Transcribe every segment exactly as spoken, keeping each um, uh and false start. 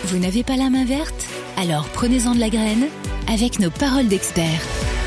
Vous n'avez pas la main verte ? Alors prenez-en de la graine avec nos paroles d'experts.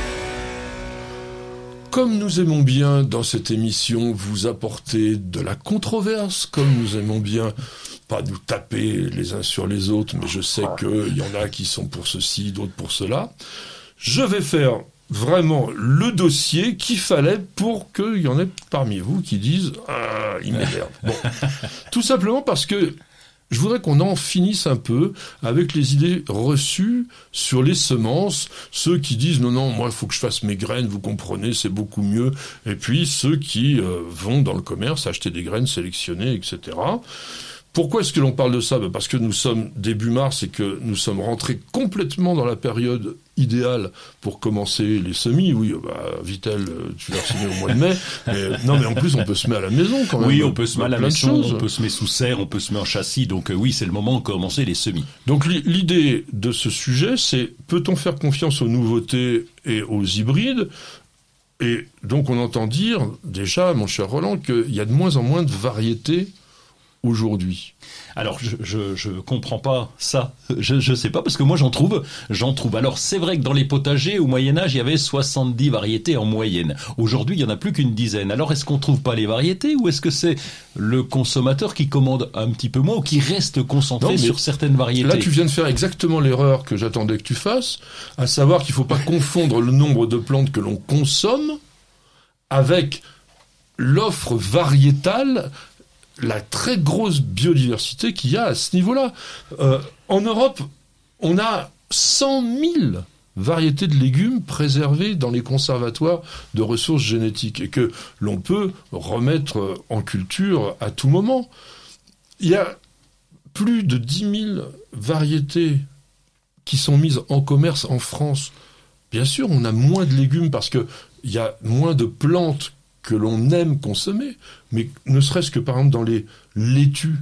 Comme nous aimons bien dans cette émission vous apporter de la controverse, comme nous aimons bien pas nous taper les uns sur les autres, mais je sais qu'il y en a qui sont pour ceci, d'autres pour cela, je vais faire vraiment le dossier qu'il fallait pour qu'il y en ait parmi vous qui disent « Ah, il m'énerve ». Bon, tout simplement parce que je voudrais qu'on en finisse un peu avec les idées reçues sur les semences. Ceux qui disent « Non, non, moi, il faut que je fasse mes graines, vous comprenez, c'est beaucoup mieux ». Et puis ceux qui euh, vont dans le commerce acheter des graines sélectionnées, et cetera. Pourquoi est-ce que l'on parle de ça ? Ben parce que nous sommes début mars et que nous sommes rentrés complètement dans la période idéale pour commencer les semis. Oui, bah, Vittel, tu vas semer au mois de mai. Mais, non, mais en plus, on peut semer à la maison quand même. Oui, on peut semer à la maison, on peut semer sous serre, on peut semer en châssis. Donc euh, oui, c'est le moment de commencer les semis. Donc l'idée de ce sujet, c'est peut-on faire confiance aux nouveautés et aux hybrides ? Et donc on entend dire déjà, mon cher Roland, qu'il y a de moins en moins de variétés aujourd'hui. Alors, je, je, je comprends pas ça. Je, je sais pas, parce que moi, j'en trouve, j'en trouve. Alors, c'est vrai que dans les potagers, au Moyen-Âge, il y avait soixante-dix variétés en moyenne. Aujourd'hui, il y en a plus qu'une dizaine. Alors, est-ce qu'on trouve pas les variétés, ou est-ce que c'est le consommateur qui commande un petit peu moins, ou qui reste concentré non, sur certaines variétés ? Là, tu viens de faire exactement l'erreur que j'attendais que tu fasses, à savoir qu'il faut pas confondre le nombre de plantes que l'on consomme avec l'offre variétale, la très grosse biodiversité qu'il y a à ce niveau-là. Euh, en Europe, on a cent mille variétés de légumes préservées dans les conservatoires de ressources génétiques et que l'on peut remettre en culture à tout moment. Il y a plus de dix mille variétés qui sont mises en commerce en France. Bien sûr, on a moins de légumes parce qu'il y a moins de plantes que l'on aime consommer, mais ne serait-ce que par exemple dans les laitues.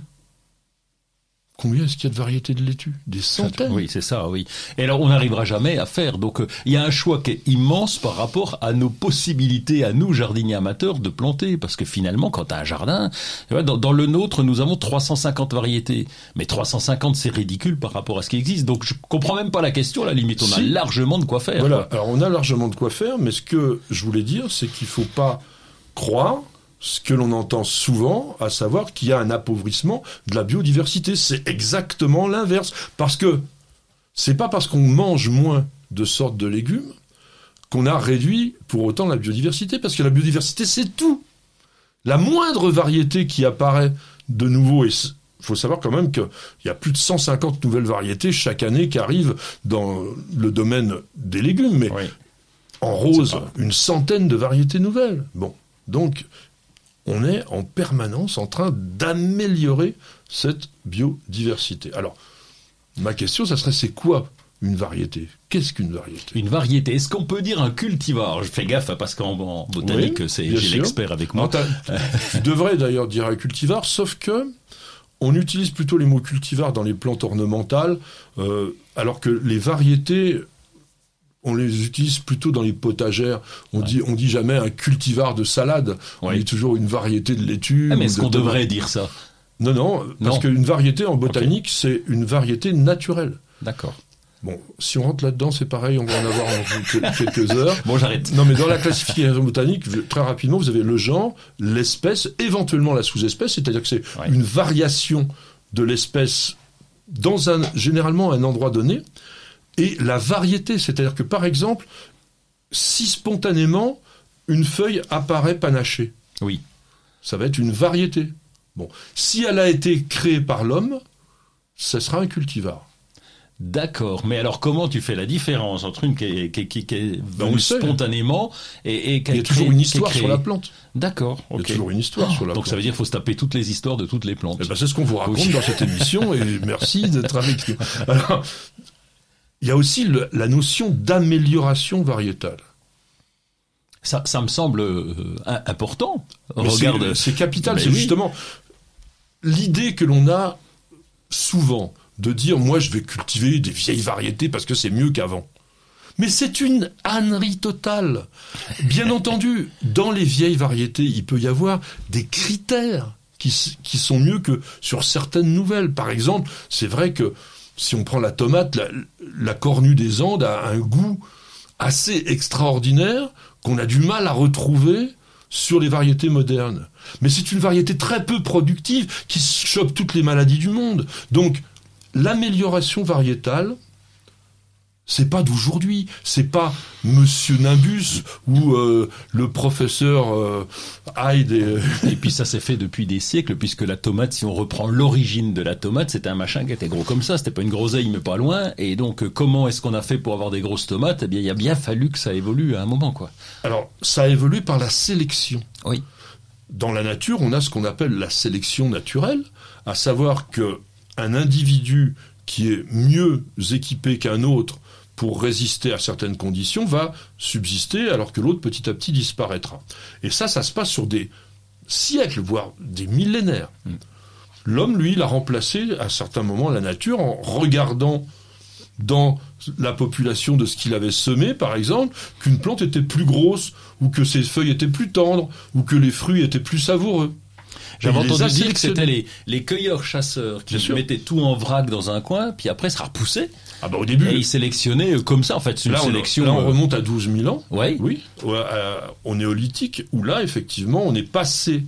Combien est-ce qu'il y a de variétés de laitues ? Des centaines. Oui, c'est ça, oui. Et alors, on n'arrivera jamais à faire. Donc, euh, il y a un choix qui est immense par rapport à nos possibilités, à nous, jardiniers amateurs, de planter. Parce que finalement, quand tu as un jardin, dans, dans le nôtre, nous avons trois cent cinquante variétés. Mais trois cent cinquante, c'est ridicule par rapport à ce qui existe. Donc, je comprends même pas la question, à la limite. On si. a largement de quoi faire. Voilà. Quoi. Alors, on a largement de quoi faire, mais ce que je voulais dire, c'est qu'il faut pas croire ce que l'on entend souvent, à savoir qu'il y a un appauvrissement de la biodiversité. C'est exactement l'inverse. Parce que c'est pas parce qu'on mange moins de sortes de légumes qu'on a réduit pour autant la biodiversité. Parce que la biodiversité, c'est tout. La moindre variété qui apparaît de nouveau, et il faut savoir quand même qu'il y a plus de cent cinquante nouvelles variétés chaque année qui arrivent dans le domaine des légumes. Mais oui. En rose, une centaine de variétés nouvelles. Bon, donc on est en permanence en train d'améliorer cette biodiversité. Alors, ma question, ça serait, c'est quoi une variété ? Qu'est-ce qu'une variété ? Une variété, est-ce qu'on peut dire un cultivar ? Je fais gaffe, parce qu'en en botanique, oui, c'est, j'ai sûr. l'expert avec moi. Alors, tu devrais d'ailleurs dire un cultivar, sauf que on utilise plutôt les mots cultivar dans les plantes ornementales, euh, alors que les variétés, on les utilise plutôt dans les potagères. On ouais. dit, on dit jamais un cultivar de salade. Oui. On dit toujours une variété de laitue. Ah, mais est-ce de qu'on tomate. devrait dire ça ? Non, non, parce non. qu'une variété en botanique, okay. c'est une variété naturelle. D'accord. Bon, si on rentre là-dedans, c'est pareil, on va en avoir en quelques heures. Bon, j'arrête. Non, mais dans la classification botanique, très rapidement, vous avez le genre, l'espèce, éventuellement la sous-espèce, c'est-à-dire que c'est ouais. une variation de l'espèce dans un, généralement un endroit donné. Et la variété, c'est-à-dire que, par exemple, si spontanément, une feuille apparaît panachée, oui, ça va être une variété. Bon, si elle a été créée par l'homme, ça sera un cultivar. D'accord, mais alors comment tu fais la différence entre une qui est, qui, qui, qui est venue spontanément et, et qui Il y a toujours une histoire sur la plante. D'accord. Il y a toujours une histoire oh, sur la donc plante. Donc ça veut dire qu'il faut se taper toutes les histoires de toutes les plantes. Eh ben, c'est ce qu'on vous raconte oui. dans cette émission, et merci d'être avec nous. Alors, il y a aussi le, la notion d'amélioration variétale. Ça, ça me semble euh, important. Mais Regarde, c'est, c'est capital. Mais c'est oui. justement l'idée que l'on a souvent de dire, moi, je vais cultiver des vieilles variétés parce que c'est mieux qu'avant. Mais c'est une ânerie totale. Bien entendu, dans les vieilles variétés, il peut y avoir des critères qui, qui sont mieux que sur certaines nouvelles. Par exemple, c'est vrai que si on prend la tomate, la, la cornue des Andes a un goût assez extraordinaire qu'on a du mal à retrouver sur les variétés modernes. Mais c'est une variété très peu productive qui chope toutes les maladies du monde. Donc, l'amélioration variétale, c'est pas d'aujourd'hui, c'est pas Monsieur Nimbus ou euh, le professeur euh, Hyde. Et... et puis ça s'est fait depuis des siècles, puisque la tomate, si on reprend l'origine de la tomate, c'était un machin qui était gros comme ça, c'était pas une groseille mais pas loin. Et donc comment est-ce qu'on a fait pour avoir des grosses tomates ? Eh bien, il a bien fallu que ça évolue à un moment, quoi. Alors, ça a évolué par la sélection. Oui. Dans la nature, on a ce qu'on appelle la sélection naturelle, à savoir que un individu qui est mieux équipé qu'un autre pour résister à certaines conditions, va subsister alors que l'autre petit à petit disparaîtra. Et ça, ça se passe sur des siècles, voire des millénaires. Mm. L'homme, lui, il a remplacé à certains moments la nature en regardant dans la population de ce qu'il avait semé, par exemple, qu'une plante était plus grosse, ou que ses feuilles étaient plus tendres, ou que les fruits étaient plus savoureux. J'avais entendu dire que c'était les, les cueilleurs-chasseurs qui mettaient tout en vrac dans un coin, puis après ça repoussait. Ah bah au début. Et ils sélectionnaient comme ça, en fait. C'est une là, sélection. On, là, on remonte à douze mille ans. Ouais. Oui. Au néolithique, où là, effectivement, on est passé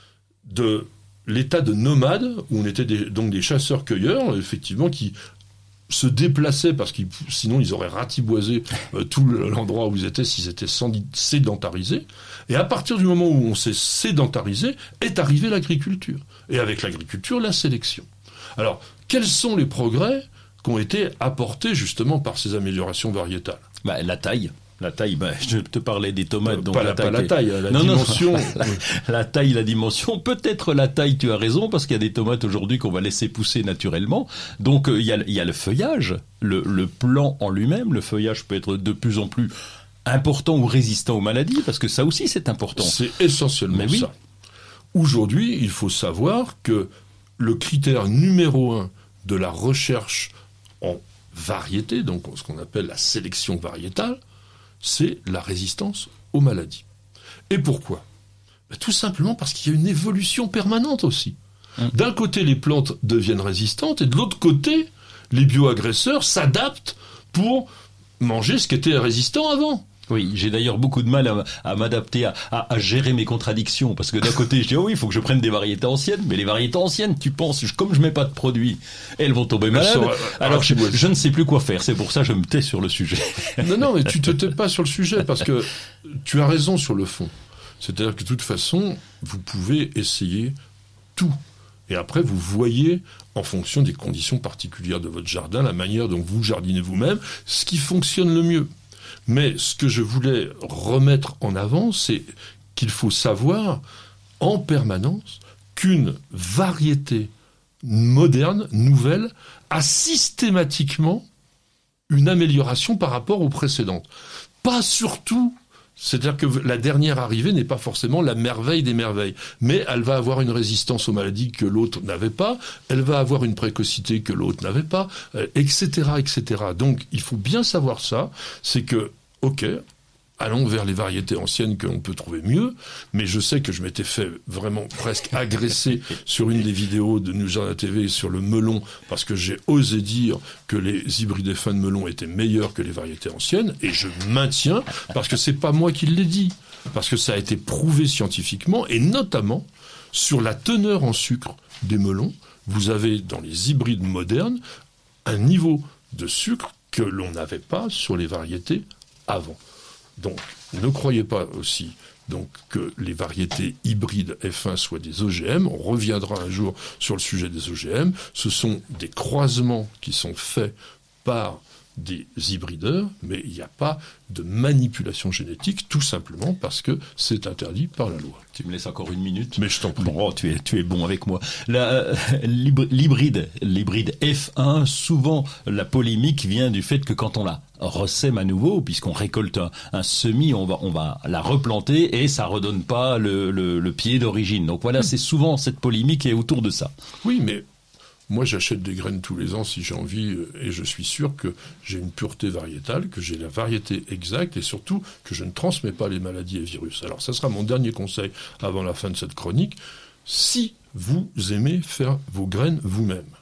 de l'état de nomade, où on était des, donc des chasseurs-cueilleurs, effectivement, qui se déplaçaient parce que sinon ils auraient ratiboisé euh, tout l'endroit où ils étaient s'ils étaient sédentarisés. Et à partir du moment où on s'est sédentarisé, est arrivée l'agriculture. Et avec l'agriculture, la sélection. Alors, quels sont les progrès qui ont été apportés justement par ces améliorations variétales ? Bah, la taille. La taille, ben, je te parlais des tomates. Donc pas la, la taille, pas la taille, la non, dimension. Non, la, la taille, la dimension. Peut-être la taille, tu as raison, parce qu'il y a des tomates aujourd'hui qu'on va laisser pousser naturellement. Donc il euh, y, a, y a le feuillage, le, le plant en lui-même. Le feuillage peut être de plus en plus important ou résistant aux maladies, parce que ça aussi c'est important. C'est essentiellement oui. ça. Aujourd'hui, il faut savoir que le critère numéro un de la recherche en variété, donc ce qu'on appelle la sélection variétale, c'est la résistance aux maladies. Et pourquoi ? Ben, tout simplement parce qu'il y a une évolution permanente aussi. Hum. D'un côté, les plantes deviennent résistantes, et de l'autre côté, les bioagresseurs s'adaptent pour manger ce qui était résistant avant. Oui, j'ai d'ailleurs beaucoup de mal à, à m'adapter, à, à, à gérer mes contradictions, parce que d'un côté, je dis, oh oui, il faut que je prenne des variétés anciennes, mais les variétés anciennes, tu penses, comme je mets pas de produits, elles vont tomber malades, sera, alors je, je ne sais plus quoi faire, c'est pour ça que je me tais sur le sujet. Non, non, mais tu te tais pas sur le sujet, parce que tu as raison sur le fond. C'est-à-dire que de toute façon, vous pouvez essayer tout. Et après, vous voyez, en fonction des conditions particulières de votre jardin, la manière dont vous jardinez vous-même, ce qui fonctionne le mieux. Mais ce que je voulais remettre en avant, c'est qu'il faut savoir en permanence qu'une variété moderne, nouvelle, a systématiquement une amélioration par rapport aux précédentes. Pas surtout, c'est-à-dire que la dernière arrivée n'est pas forcément la merveille des merveilles, mais elle va avoir une résistance aux maladies que l'autre n'avait pas, elle va avoir une précocité que l'autre n'avait pas, euh, et cetera, et cetera. Donc il faut bien savoir ça, c'est que ok, allons vers les variétés anciennes qu'on peut trouver mieux, mais je sais que je m'étais fait vraiment presque agresser sur une des vidéos de News Jardin T V sur le melon, parce que j'ai osé dire que les hybrides fins de melon étaient meilleurs que les variétés anciennes, et je maintiens, parce que c'est pas moi qui l'ai dit, parce que ça a été prouvé scientifiquement, et notamment sur la teneur en sucre des melons. Vous avez dans les hybrides modernes un niveau de sucre que l'on n'avait pas sur les variétés avant. Donc, ne croyez pas aussi donc, que les variétés hybrides F un soient des O G M. On reviendra un jour sur le sujet des O G M. Ce sont des croisements qui sont faits par des hybrideurs, mais il n'y a pas de manipulation génétique, tout simplement parce que c'est interdit par la loi. Tu me laisses encore une minute ? Mais je t'en prie. Bon, tu es, tu es bon avec moi. La, euh, l'hybride, l'hybride F un, souvent la polémique vient du fait que quand on la ressème à nouveau, puisqu'on récolte un, un semis, on va, on va la replanter et ça redonne pas le, le, le pied d'origine. Donc voilà, mmh. c'est souvent cette polémique qui est autour de ça. Oui, mais moi, j'achète des graines tous les ans si j'ai envie, et je suis sûr que j'ai une pureté variétale, que j'ai la variété exacte, et surtout que je ne transmets pas les maladies et virus. Alors, ça sera mon dernier conseil avant la fin de cette chronique. Si vous aimez faire vos graines vous-même,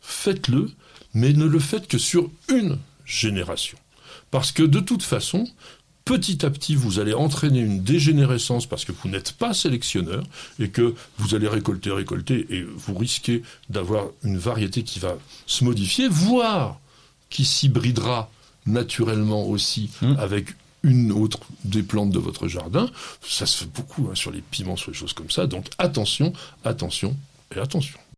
faites-le, mais ne le faites que sur une génération. Parce que de toute façon, petit à petit, vous allez entraîner une dégénérescence parce que vous n'êtes pas sélectionneur et que vous allez récolter, récolter et vous risquez d'avoir une variété qui va se modifier, voire qui s'hybridera naturellement aussi mmh. avec une autre des plantes de votre jardin. Ça se fait beaucoup hein, sur les piments, sur les choses comme ça. Donc attention, attention et attention.